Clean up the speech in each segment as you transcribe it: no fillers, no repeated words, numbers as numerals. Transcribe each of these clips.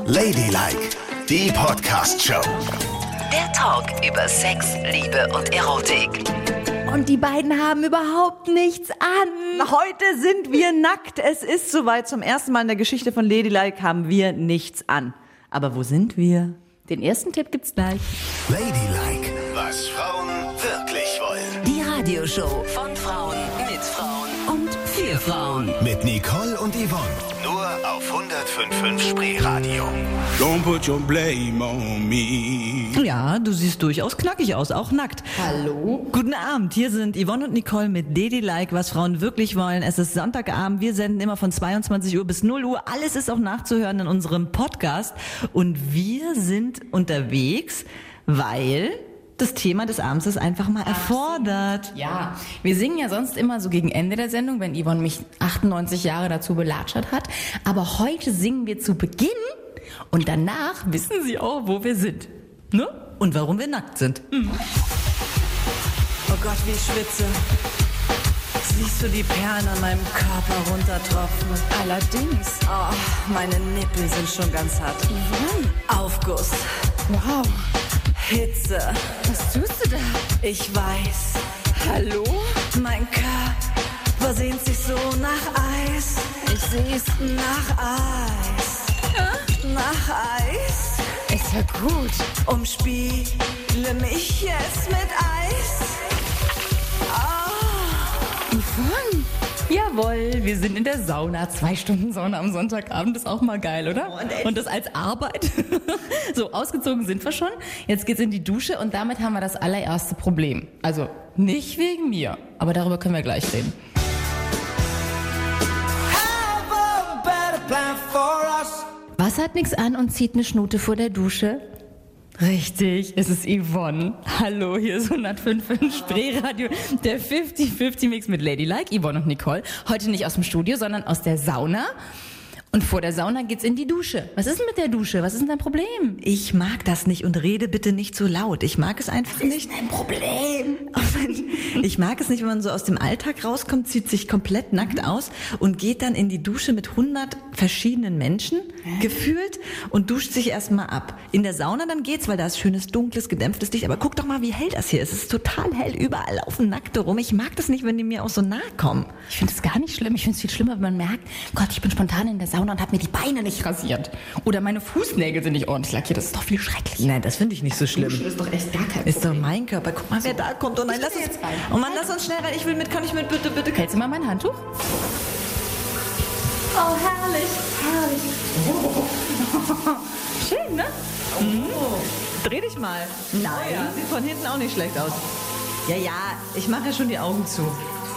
Ladylike, die Podcast-Show. Der Talk über Sex, Liebe und Erotik. Und die beiden haben überhaupt nichts an. Heute sind wir nackt. Es ist soweit. Zum ersten Mal in der Geschichte von Ladylike haben wir nichts an. Aber wo sind wir? Den ersten Tipp gibt's gleich. Ladylike, was Frauen wirklich wollen. Die Radioshow von Frauen, mit Frauen und für Frauen. Mit Nicole und Yvonne. Nur auf 105.5 Spreeradio. Don't put your blame on me. Ja, du siehst durchaus knackig aus, auch nackt. Hallo. Guten Abend, hier sind Yvonne und Nicole mit Ladylike, was Frauen wirklich wollen. Es ist Sonntagabend, wir senden immer von 22 Uhr bis 0 Uhr. Alles ist auch nachzuhören in unserem Podcast. Und wir sind unterwegs, weil das Thema des Abends ist einfach mal erfordert. Ja, wir singen ja sonst immer so gegen Ende der Sendung, wenn Yvonne mich 98 Jahre dazu belatschert hat. Aber heute singen wir zu Beginn und danach wissen Sie auch, wo wir sind. Ne? Und warum wir nackt sind. Oh Gott, wie ich schwitze. Siehst du die Perlen an meinem Körper runtertropfen? Allerdings. Oh, meine Nippel sind schon ganz hart. Aufguss. Wow. Hitze. Was tust du da? Ich weiß. Hallo? Mein Körper sehnt sich so nach Eis. Ich seh's. Nach Eis. Nach Eis. Ist ja gut. Umspiele mich jetzt mit Eis. Yvonne. Jawohl, wir sind in der Sauna. 2 Stunden Sauna am Sonntagabend ist auch mal geil, oder? Und das als Arbeit. So, ausgezogen sind wir schon. Jetzt geht's in die Dusche und damit haben wir das allererste Problem. Also nicht wegen mir, aber darüber können wir gleich reden. Was hat nix an und zieht eine Schnute vor der Dusche? Richtig, es ist Yvonne. Hallo, hier ist 105.5 Spreeradio, der 50-50-Mix mit Ladylike, Yvonne und Nicole. Heute nicht aus dem Studio, sondern aus der Sauna. Und vor der Sauna geht's in die Dusche. Was ist denn mit der Dusche? Was ist denn dein Problem? Ich mag das nicht und rede bitte nicht so laut. Ich mag es einfach nicht. Dein Problem? Ich mag es nicht, wenn man so aus dem Alltag rauskommt, zieht sich komplett nackt aus und geht dann in die Dusche mit 100 verschiedenen Menschen, gefühlt, und duscht sich erstmal ab. In der Sauna dann geht's, weil da ist schönes, dunkles, gedämpftes Licht. Aber guck doch mal, wie hell das hier ist. Es ist total hell, überall laufen Nackte rum. Ich mag das nicht, wenn die mir auch so nahe kommen. Ich finde es gar nicht schlimm. Ich finde es viel schlimmer, wenn man merkt, Gott, ich bin spontan in der Sauna und habe mir die Beine nicht rasiert. Oder meine Fußnägel sind nicht ordentlich lackiert. Das ist doch viel schrecklicher. Nein, das finde ich nicht so schlimm. Das ist doch echt gar kein Problem. Ist doch mein Körper. Guck mal, wer da kommt. Oh nein, lass uns jetzt rein. Oh Mann, lass uns schnell rein. Ich will mit. Kann ich mit? Bitte, bitte. Hältst du mal mein Handtuch? Oh, herrlich. Herrlich. Schön, ne? Dreh dich mal. Nein. Oh ja, sieht von hinten auch nicht schlecht aus. Ja, ja, ich mache ja schon die Augen zu.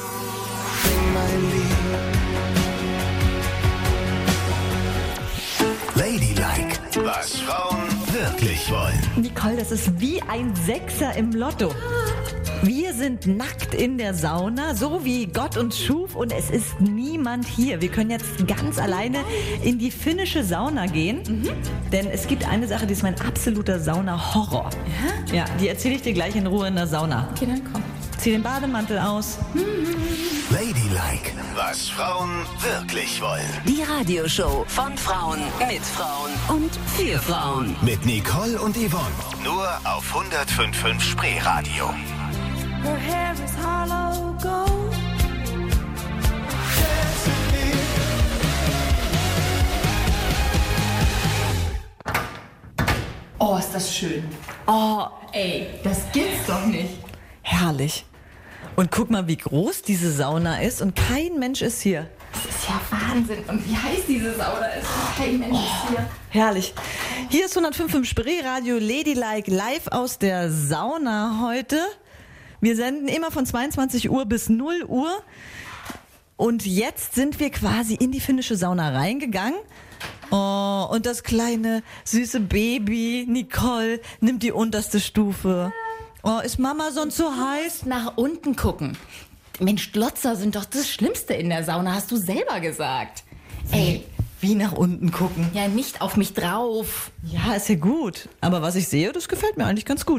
Ladylike, was Frauen wirklich wollen. Nicole, das ist wie ein Sechser im Lotto. Wir sind nackt in der Sauna, so wie Gott uns schuf, und es ist niemand hier. Wir können jetzt ganz alleine in die finnische Sauna gehen, denn es gibt eine Sache, die ist mein absoluter Sauna-Horror. Ja, die erzähle ich dir gleich in Ruhe in der Sauna. Okay, dann komm. Zieh den Bademantel aus. Ladylike, was Frauen wirklich wollen. Die Radioshow von Frauen, mit Frauen und für Frauen. Mit Nicole und Yvonne. Nur auf 105.5 Spreeradio. Her hair is hollow gold. Oh, ist das schön. Oh, ey, das gibt's doch nicht. Herrlich. Und guck mal, wie groß diese Sauna ist, und kein Mensch ist hier. Das ist ja Wahnsinn. Und wie heiß diese Sauna ist. Kein Mensch ist hier. Herrlich. Hier ist 105.5 Spreeradio, Ladylike, live aus der Sauna heute. Wir senden immer von 22 Uhr bis 0 Uhr. Und jetzt sind wir quasi in die finnische Sauna reingegangen. Oh, und das kleine, süße Baby, Nicole, nimmt die unterste Stufe. Oh, ist Mama sonst so heiß? Nach unten gucken. Mensch, Glotzer sind doch das Schlimmste in der Sauna, hast du selber gesagt. Ey, Wie nach unten gucken? ja, nicht auf mich drauf. Ja, ist ja gut. Aber was ich sehe, das gefällt mir eigentlich ganz gut.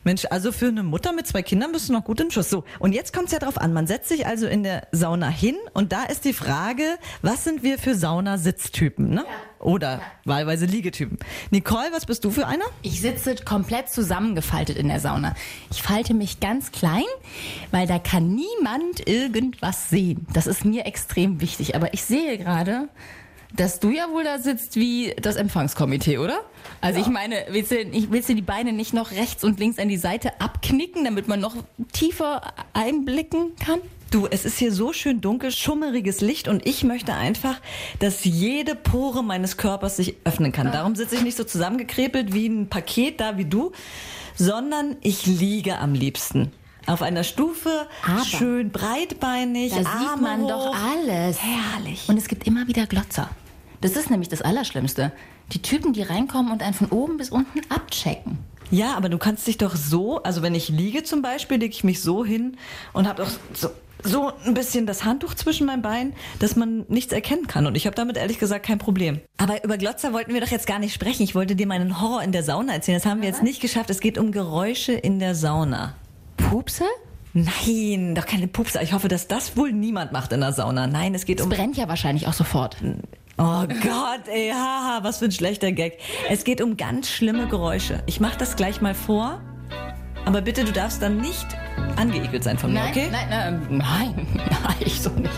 Mensch, also für eine Mutter mit 2 Kindern bist du noch gut im Schuss. So, und jetzt kommt es ja drauf an. Man setzt sich also in der Sauna hin und da ist die Frage, was sind wir für Saunasitztypen, ne? Ja. Oder wahlweise Liegetypen. Nicole, was bist du für einer? Ich sitze komplett zusammengefaltet in der Sauna. Ich falte mich ganz klein, weil da kann niemand irgendwas sehen. Das ist mir extrem wichtig. Aber ich sehe gerade, dass du ja wohl da sitzt wie das Empfangskomitee, oder? Also ich meine, willst du die Beine nicht noch rechts und links an die Seite abknicken, damit man noch tiefer einblicken kann? Du, es ist hier so schön dunkel, schummeriges Licht und ich möchte einfach, dass jede Pore meines Körpers sich öffnen kann. Darum sitze ich nicht so zusammengekrepelt wie ein Paket da wie du, sondern ich liege am liebsten. Auf einer Stufe, aber schön breitbeinig, da sieht man hoch. Doch alles. Herrlich. Und es gibt immer wieder Glotzer. Das ist nämlich das Allerschlimmste. Die Typen, die reinkommen und einen von oben bis unten abchecken. Ja, aber du kannst dich doch so, also wenn ich liege zum Beispiel, lege ich mich so hin und habe doch so ein bisschen das Handtuch zwischen meinen Beinen, dass man nichts erkennen kann. Und ich habe damit ehrlich gesagt kein Problem. Aber über Glotzer wollten wir doch jetzt gar nicht sprechen. Ich wollte dir meinen Horror in der Sauna erzählen. Das haben wir jetzt nicht geschafft. Es geht um Geräusche in der Sauna. Pupse? Nein, doch keine Pupse. Ich hoffe, dass das wohl niemand macht in der Sauna. Nein, es geht um... Es brennt ja wahrscheinlich auch sofort. Oh Gott, ey, haha, was für ein schlechter Gag. Es geht um ganz schlimme Geräusche. Ich mach das gleich mal vor, aber bitte, du darfst dann nicht angeekelt sein von mir, okay? Nein, ich so nicht.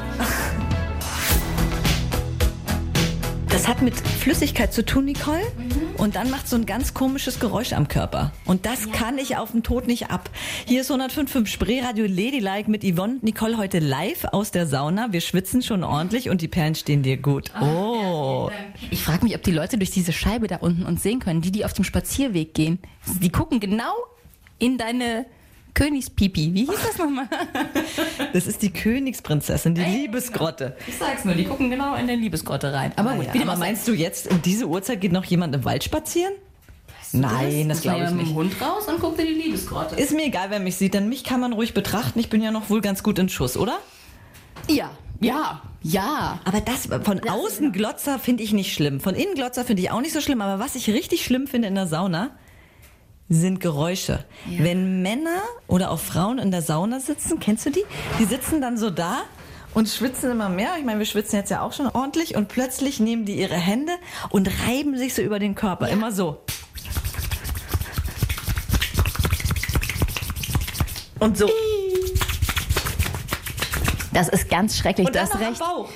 Das hat mit Flüssigkeit zu tun, Nicole. Und dann macht so ein ganz komisches Geräusch am Körper. Und das kann ich auf den Tod nicht ab. Hier ist 105.5 Spreeradio Ladylike mit Yvonne und Nicole heute live aus der Sauna. Wir schwitzen schon ordentlich und die Perlen stehen dir gut. Oh. Ich frage mich, ob die Leute durch diese Scheibe da unten uns sehen können, die auf dem Spazierweg gehen. Die gucken genau in deine Königspipi. Wie hieß das nochmal? Das ist die Königsprinzessin, die Liebesgrotte. Ich sag's nur, die gucken genau in der Liebesgrotte rein. Aber gut, aber meinst du jetzt, um diese Uhrzeit geht noch jemand im Wald spazieren? Nein, das glaube ich nicht. Mit dem Hund raus und guckt in die Liebesgrotte. Ist mir egal, wer mich sieht, denn mich kann man ruhig betrachten. Ich bin ja noch wohl ganz gut in Schuss, oder? Ja. Aber das von außen Glotzer finde ich nicht schlimm. Von innen Glotzer finde ich auch nicht so schlimm. Aber was ich richtig schlimm finde in der Sauna, sind Geräusche. Ja. Wenn Männer oder auch Frauen in der Sauna sitzen, kennst du die? Die sitzen dann so da und schwitzen immer mehr. Ich meine, wir schwitzen jetzt ja auch schon ordentlich und plötzlich nehmen die ihre Hände und reiben sich so über den Körper. Ja. Immer so. Und so. Das ist ganz schrecklich. Und dann das noch recht. am Bauch.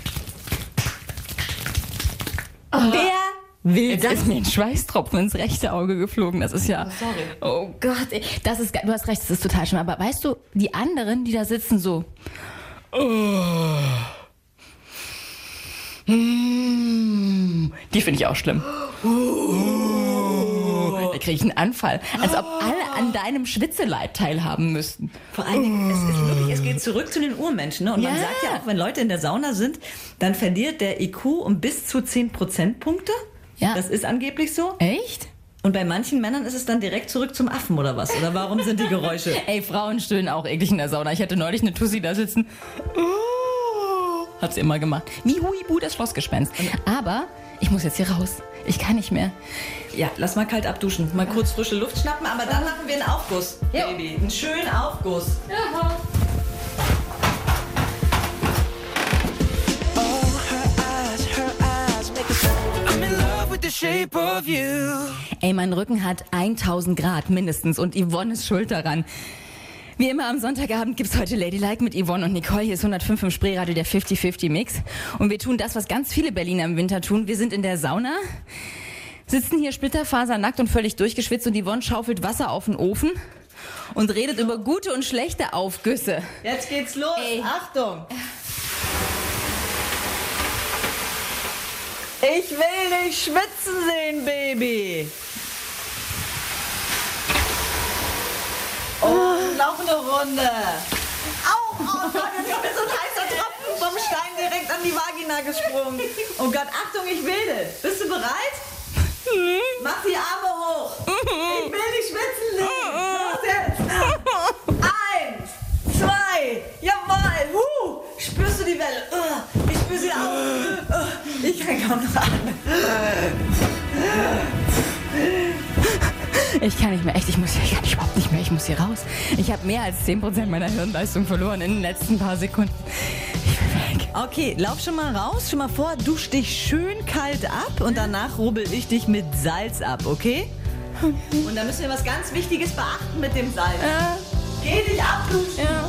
Wer will Jetzt ist mir ein Schweißtropfen ins rechte Auge geflogen. Das ist ja... Oh Gott, ey. Du hast recht, das ist total schlimm. Aber weißt du, die anderen, die da sitzen so... Die finde ich auch schlimm. Da kriege ich einen Anfall. Als ob alle an deinem Schwitzeleid teilhaben müssten. Vor allen Dingen, es geht zurück zu den Urmenschen. Ne? Und man sagt ja auch, wenn Leute in der Sauna sind, dann verliert der IQ um bis zu 10 Prozentpunkte. Ja. Das ist angeblich so. Echt? Und bei manchen Männern ist es dann direkt zurück zum Affen oder was? Oder warum sind die Geräusche? Ey, Frauen stöhnen auch eklig in der Sauna. Ich hatte neulich eine Tussi da sitzen. Hat sie immer gemacht. Wie Huibu, das Schlossgespenst. Aber ich muss jetzt hier raus. Ich kann nicht mehr. Ja, lass mal kalt abduschen. Mal kurz frische Luft schnappen, aber dann machen wir einen Aufguss, Baby. Einen schönen Aufguss. Ja. Ey, mein Rücken hat 1000 Grad mindestens und Yvonne ist schuld daran. Wie immer am Sonntagabend gibt's heute Ladylike mit Yvonne und Nicole. Hier ist 105 im Spreeradio, der 50-50 Mix. Und wir tun das, was ganz viele Berliner im Winter tun. Wir sind in der Sauna, sitzen hier splitterfasernackt und völlig durchgeschwitzt und Yvonne schaufelt Wasser auf den Ofen und redet über gute und schlechte Aufgüsse. Jetzt geht's los. Ey. Achtung. Ich will dich schwitzen sehen, Baby. Und noch eine Runde. Au, oh Gott, jetzt kommt so ein heißer Tropfen vom Stein direkt an die Vagina gesprungen. Oh Gott, Achtung, ich will das. Bist du bereit? Mach die Arme hoch. Ich will dich schwitzen sehen. Los jetzt. 1, 2, jawohl. Spürst du die Welle? Ich spür sie auch. Ich kann kaum noch atmen. Ich kann nicht mehr, echt, ich kann überhaupt nicht mehr, ich muss hier raus. Ich habe mehr als 10% meiner Hirnleistung verloren in den letzten paar Sekunden. Ich bin weg. Okay, lauf schon mal raus, schon mal vor, dusch dich schön kalt ab und danach rubbel ich dich mit Salz ab, okay? Und da müssen wir was ganz Wichtiges beachten mit dem Salz. Geh dich abduschen. Ja.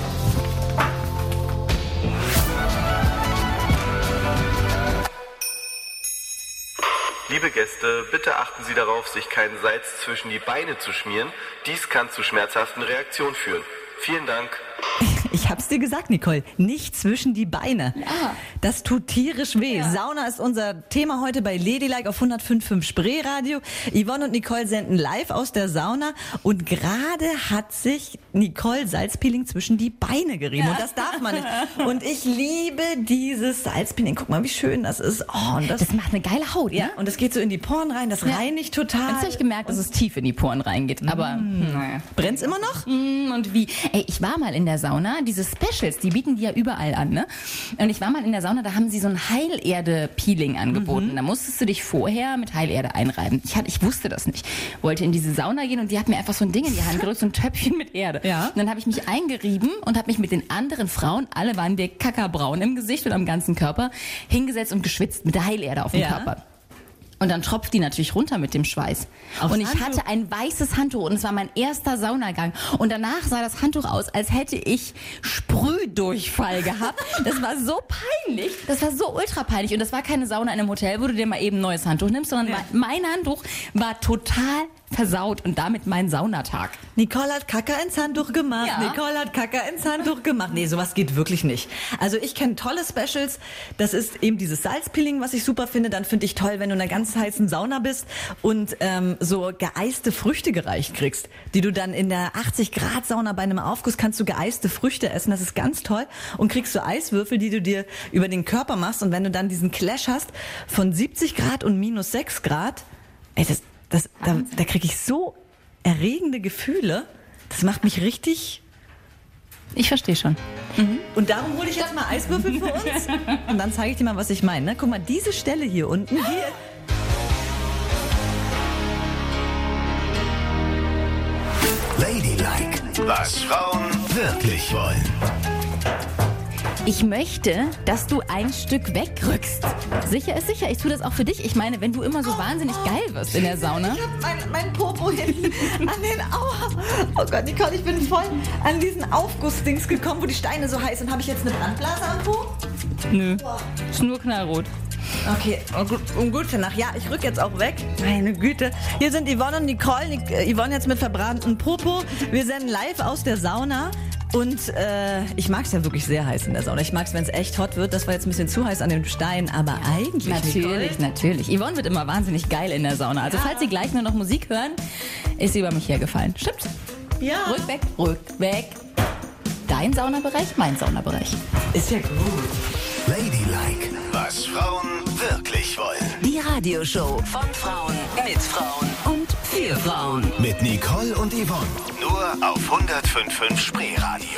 Liebe Gäste, bitte achten Sie darauf, sich kein Salz zwischen die Beine zu schmieren. Dies kann zu schmerzhaften Reaktionen führen. Vielen Dank. Ich hab's dir gesagt, Nicole, nicht zwischen die Beine. Ja. Das tut tierisch weh. Ja. Sauna ist unser Thema heute bei Ladylike auf 105.5 Spreeradio. Yvonne und Nicole senden live aus der Sauna und gerade hat sich Nicole Salzpeeling zwischen die Beine gerieben. Ja. Und das darf man nicht. Und ich liebe dieses Salzpeeling. Guck mal, wie schön das ist. Oh, und das macht eine geile Haut, ne? Ja, und das geht so in die Poren rein, das reinigt total. Jetzt habe ich gemerkt, dass es tief in die Poren reingeht. Aber naja. Brennt's immer noch? Und wie? Ey, ich war mal in der Sauna, diese Specials, die bieten die ja überall an, ne? Und ich war mal in der Sauna, da haben sie so ein Heilerde-Peeling angeboten. Da musstest du dich vorher mit Heilerde einreiben. Ich wusste das nicht. Wollte in diese Sauna gehen und die hat mir einfach so ein Ding in die Hand gerückt, so ein Töpfchen mit Erde. Ja. Und dann habe ich mich eingerieben und habe mich mit den anderen Frauen, alle waren wir kackerbraun im Gesicht und am ganzen Körper, hingesetzt und geschwitzt mit der Heilerde auf dem Körper. Und dann tropft die natürlich runter mit dem Schweiß. Und ich hatte ein weißes Handtuch und es war mein erster Saunagang. Und danach sah das Handtuch aus, als hätte ich Sprühdurchfall gehabt. Das war so peinlich. Das war so ultra peinlich. Und das war keine Sauna in einem Hotel, wo du dir mal eben ein neues Handtuch nimmst, sondern mein Handtuch war total versaut und damit mein Saunatag. Nicole hat Kacke ins Handtuch gemacht. Ja. Nicole hat Kacke ins Handtuch gemacht. Nee, sowas geht wirklich nicht. Also ich kenne tolle Specials. Das ist eben dieses Salzpeeling, was ich super finde. Dann finde ich toll, wenn du in einer ganz heißen Sauna bist und so geeiste Früchte gereicht kriegst, die du dann in der 80-Grad-Sauna bei einem Aufguss kannst du geeiste Früchte essen. Das ist ganz toll. Und kriegst so Eiswürfel, die du dir über den Körper machst. Und wenn du dann diesen Clash hast von 70 Grad und minus 6 Grad, ey, da kriege ich so erregende Gefühle. Das macht mich richtig... Ich verstehe schon. Und darum hole ich jetzt mal Eiswürfel für uns. Und dann zeige ich dir mal, was ich meine. Ne? Guck mal, diese Stelle hier unten, hier... Ladylike, was Frauen wirklich wollen. Ich möchte, dass du ein Stück wegrückst. Sicher ist sicher. Ich tue das auch für dich. Ich meine, wenn du immer so wahnsinnig geil wirst in der Sauna. Ich habe mein Popo hinten an den... Aua. Oh Gott, Nicole, ich bin voll an diesen Aufgussdings gekommen, wo die Steine so heiß sind. Habe ich jetzt eine Brandblase am Po? Nö, ist nur knallrot. Okay, gute Nacht. Ja, ich rück jetzt auch weg. Meine Güte. Hier sind Yvonne und Nicole. Yvonne jetzt mit verbranntem Popo. Wir senden live aus der Sauna. Und ich mag es ja wirklich sehr heiß in der Sauna. Ich mag es, wenn es echt hot wird. Das war jetzt ein bisschen zu heiß an den Steinen, aber eigentlich Natürlich. Yvonne wird immer wahnsinnig geil in der Sauna. Also falls Sie gleich nur noch Musik hören, ist sie über mich hergefallen. Stimmt's? Ja. Rück weg. Dein Saunabereich, mein Saunabereich. Ist ja gut. Ladylike, was Frauen wirklich wollen. Die Radioshow von Frauen, mit Frauen und für Frauen. Mit Nicole und Yvonne. Nur auf 105.5 Spreeradio.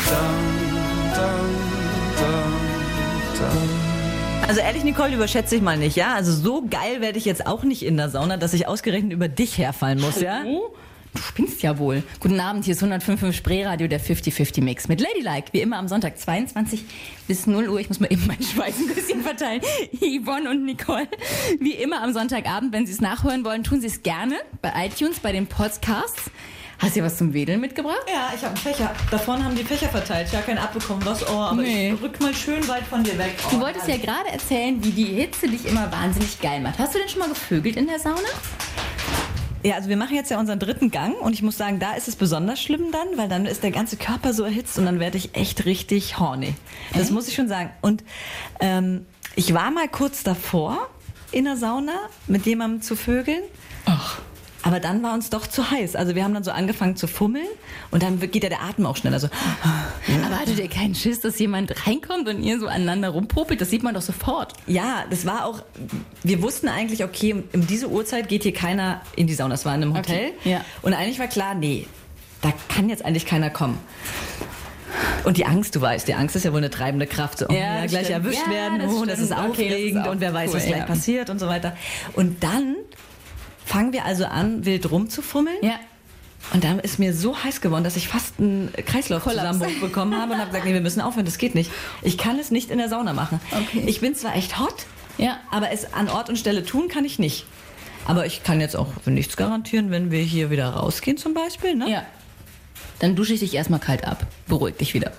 Also ehrlich, Nicole, überschätze ich mal nicht, ja? Also so geil werde ich jetzt auch nicht in der Sauna, dass ich ausgerechnet über dich herfallen muss, ja? Du spinnst ja wohl. Guten Abend, hier ist 105.5 Spreeradio, der 50-50 Mix mit Ladylike. Wie immer am Sonntag 22 bis 0 Uhr. Ich muss mal eben meinen Schweiß ein bisschen verteilen. Yvonne und Nicole. Wie immer am Sonntagabend, wenn Sie es nachhören wollen, tun Sie es gerne bei iTunes, bei den Podcasts. Hast du was zum Wedeln mitgebracht? Ja, ich habe einen Fächer. Da vorne haben die Fächer verteilt. Ich habe keinen abbekommen, was? Oh, aber ich rück mal schön weit von dir weg. Du wolltest ja gerade erzählen, wie die Hitze dich immer wahnsinnig geil macht. Hast du denn schon mal gevögelt in der Sauna? Ja, also wir machen jetzt ja unseren 3. Gang und ich muss sagen, da ist es besonders schlimm dann, weil dann ist der ganze Körper so erhitzt und dann werde ich echt richtig horny. Das muss ich schon sagen. Und ich war mal kurz davor in der Sauna mit jemandem zu vögeln. Ach. Aber dann war uns doch zu heiß. Also wir haben dann so angefangen zu fummeln und dann geht ja der Atem auch schneller. So. Aber hattet ihr keinen Schiss, dass jemand reinkommt und ihr so aneinander rumpopelt? Das sieht man doch sofort. Ja, das war auch, wir wussten eigentlich, okay, um diese Uhrzeit geht hier keiner in die Sauna. Das war in einem Hotel. Okay. Ja. Und eigentlich war klar, nee, da kann jetzt eigentlich keiner kommen. Und die Angst, du weißt, die Angst ist ja wohl eine treibende Kraft. So, ja, gleich stimmt. erwischt Ja, werden, das das ist stimmt. Okay, aufregend das ist auch und wer weiß, cool, was gleich passiert und so weiter. Und dann fangen wir also an, wild rumzufummeln. Ja. Und dann ist mir so heiß geworden, dass ich fast einen Kreislaufzusammenbruch bekommen habe und habe gesagt, nee, wir müssen aufhören, das geht nicht. Ich kann es nicht in der Sauna machen. Okay. Ich bin zwar echt hot, Ja. aber es an Ort und Stelle tun kann ich nicht. Aber ich kann jetzt auch für nichts garantieren, wenn wir hier wieder rausgehen zum Beispiel. Ne? Ja. Dann dusche ich dich erstmal kalt ab. Beruhig dich wieder.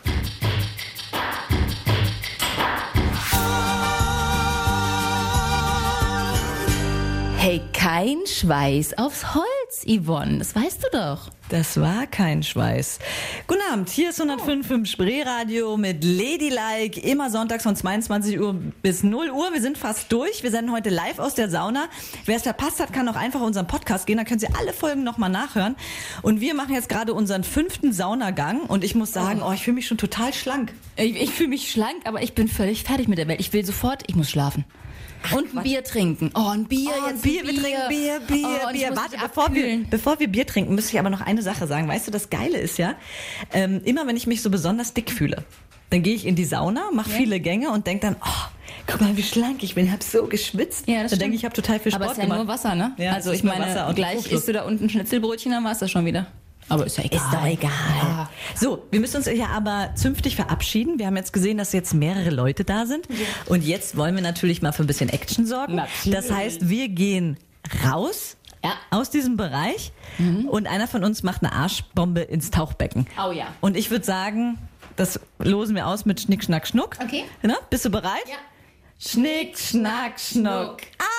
Hey, kein Schweiß aufs Holz, Yvonne. Das weißt du doch. Das war kein Schweiß. Guten Abend, hier ist 105.5 Spreeradio mit Ladylike, immer sonntags von 22 Uhr bis 0 Uhr. Wir sind fast durch. Wir senden heute live aus der Sauna. Wer es verpasst hat, kann auch einfach unseren Podcast gehen. Da können Sie alle Folgen nochmal nachhören. Und wir machen jetzt gerade unseren 5. Saunagang. Und ich muss sagen, ich fühle mich schon total schlank. Ich fühle mich schlank, aber ich bin völlig fertig mit der Welt. Ich will sofort, ich muss schlafen. Und ein Bier trinken. Oh, ein Bier, jetzt Bier, wir trinken Bier. und ich muss Warte, mich bevor wir Bier trinken, müsste ich aber noch eine Sache sagen. Weißt du, das Geile ist ja, immer wenn ich mich so besonders dick fühle, dann gehe ich in die Sauna, mache viele Gänge und denke dann, guck mal, wie schlank ich bin, ich habe so geschwitzt. Ja, das dann denke ich, habe total viel Sport aber es ist ja gemacht. nur Wasser, ne? Ja, also es ich ist nur meine, Wasser und gleich Fruchtfluss. isst du da unten ein Schnitzelbrötchen, dann war es das schon wieder. Aber ist ja egal. Ist doch egal. Ja. So, wir müssen uns ja aber zünftig verabschieden. Wir haben jetzt gesehen, dass jetzt mehrere Leute da sind. Ja. Und jetzt wollen wir natürlich mal für ein bisschen Action sorgen. Natürlich. Das heißt, wir gehen raus aus diesem Bereich und einer von uns macht eine Arschbombe ins Tauchbecken. Oh ja. Und ich würde sagen, das losen wir aus mit Schnick, Schnack, Schnuck. Okay. Ne? Bist du bereit? Ja. Schnick, Schnack, Schnuck.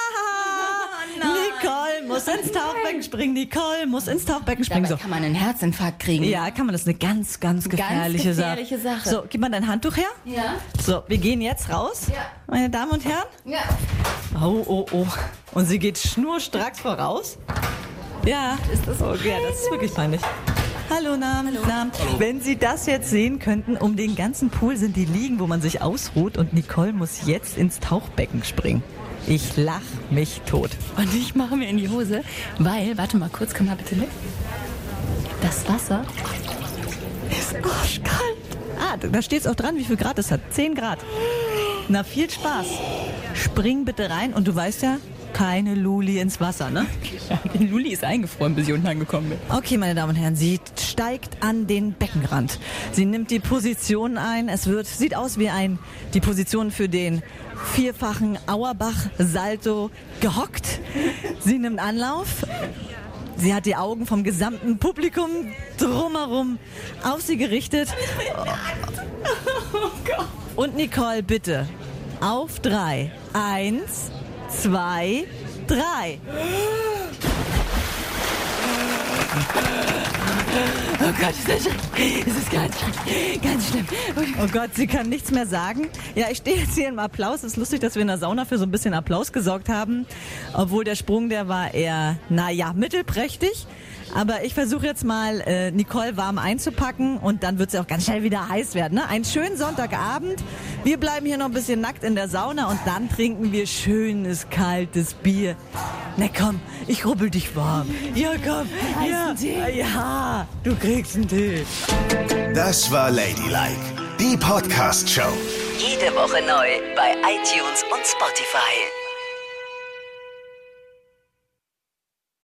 Nicole muss ins Tauchbecken springen. Nicole muss ins Tauchbecken springen. Dabei kann man einen Herzinfarkt kriegen. Ja, kann man. Das ist eine ganz, ganz gefährliche Sache. So, gib mal dein Handtuch her. Ja. So, wir gehen jetzt raus, meine Damen und Herren. Ja. Oh. Und sie geht schnurstracks voraus. Ja, ist das okay? Ja, das ist wirklich peinlich. Hallo, Namen. Wenn Sie das jetzt sehen könnten, um den ganzen Pool sind die Liegen, wo man sich ausruht und Nicole muss jetzt ins Tauchbecken springen. Ich lach mich tot. Und ich mache mir in die Hose, weil, warte mal kurz, komm mal bitte mit. Das Wasser ist arschkalt. Da steht es auch dran, wie viel Grad es hat. 10 Grad. Na, viel Spaß. Spring bitte rein und du weißt ja, keine Luli ins Wasser, ne? Ja, die Luli ist eingefroren, bis ich unten angekommen bin. Okay, meine Damen und Herren, sie steigt an den Beckenrand. Sie nimmt die Position ein. Sieht aus wie die Position für den 4-fachen Auerbach-Salto gehockt. Sie nimmt Anlauf. Sie hat die Augen vom gesamten Publikum drumherum auf sie gerichtet. Oh Gott. Und Nicole, bitte, auf 3. 1, 2, 3. Oh Gott, das ist ganz schlimm. Oh Gott, sie kann nichts mehr sagen. Ja, ich stehe jetzt hier im Applaus. Es ist lustig, dass wir in der Sauna für so ein bisschen Applaus gesorgt haben. Obwohl der Sprung, der war eher, mittelprächtig. Aber ich versuche jetzt mal, Nicole warm einzupacken und dann wird sie auch ganz schnell wieder heiß werden. Ne? Einen schönen Sonntagabend. Wir bleiben hier noch ein bisschen nackt in der Sauna und dann trinken wir schönes, kaltes Bier. Na komm, ich rubbel dich warm. Ja, komm. Ja, du kriegst einen Tee. Das war Ladylike, die Podcast-Show. Jede Woche neu bei iTunes und Spotify.